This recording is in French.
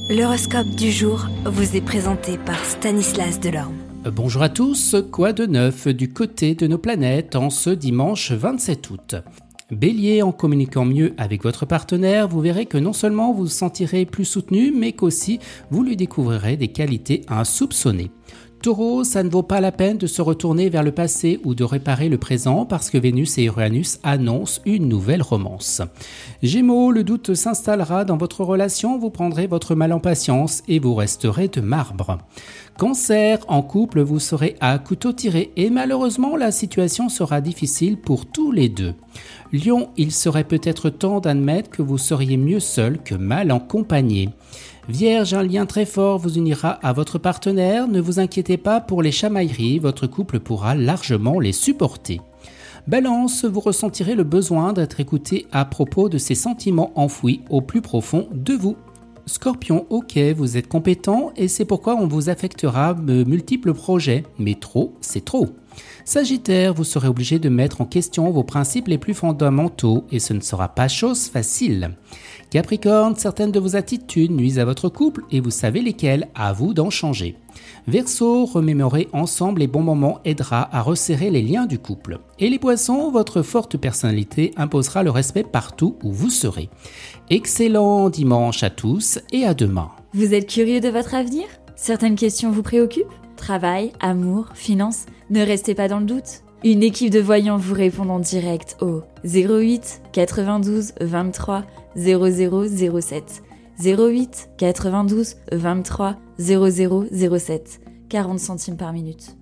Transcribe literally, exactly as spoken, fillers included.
L'horoscope du jour vous est présenté par Stanislas Delorme. Bonjour à tous, quoi de neuf du côté de nos planètes en ce dimanche vingt-sept août? Bélier, en communiquant mieux avec votre partenaire, vous verrez que non seulement vous vous sentirez plus soutenu, mais qu'aussi vous lui découvrirez des qualités insoupçonnées. Taureau, ça ne vaut pas la peine de se retourner vers le passé ou de réparer le présent parce que Vénus et Uranus annoncent une nouvelle romance. Gémeaux, le doute s'installera dans votre relation, vous prendrez votre mal en patience et vous resterez de marbre. Cancer, en couple, vous serez à couteau tiré et malheureusement la situation sera difficile pour tous les deux. Lion, il serait peut-être temps d'admettre que vous seriez mieux seul que mal accompagné. Vierge, un lien très fort vous unira à votre partenaire, ne vous inquiétez pas pour les chamailleries, votre couple pourra largement les supporter. Balance, vous ressentirez le besoin d'être écouté à propos de ces sentiments enfouis au plus profond de vous. Scorpion, ok, vous êtes compétent et c'est pourquoi on vous affectera de multiples projets, mais trop, c'est trop. Sagittaire, vous serez obligé de mettre en question vos principes les plus fondamentaux et ce ne sera pas chose facile. Capricorne, certaines de vos attitudes nuisent à votre couple et vous savez lesquelles, à vous d'en changer. Verseau, remémorer ensemble les bons moments aidera à resserrer les liens du couple. Et les Poissons, votre forte personnalité imposera le respect partout où vous serez. Excellent dimanche à tous et à demain. Vous êtes curieux de votre avenir ? Certaines questions vous préoccupent ? Travail, amour, finances ? Ne restez pas dans le doute. Une équipe de voyants vous répond en direct au zéro huit quatre-vingt-douze vingt-trois zéro zéro zéro sept zéro huit quatre-vingt-douze vingt-trois zéro zéro zéro sept quarante centimes par minute.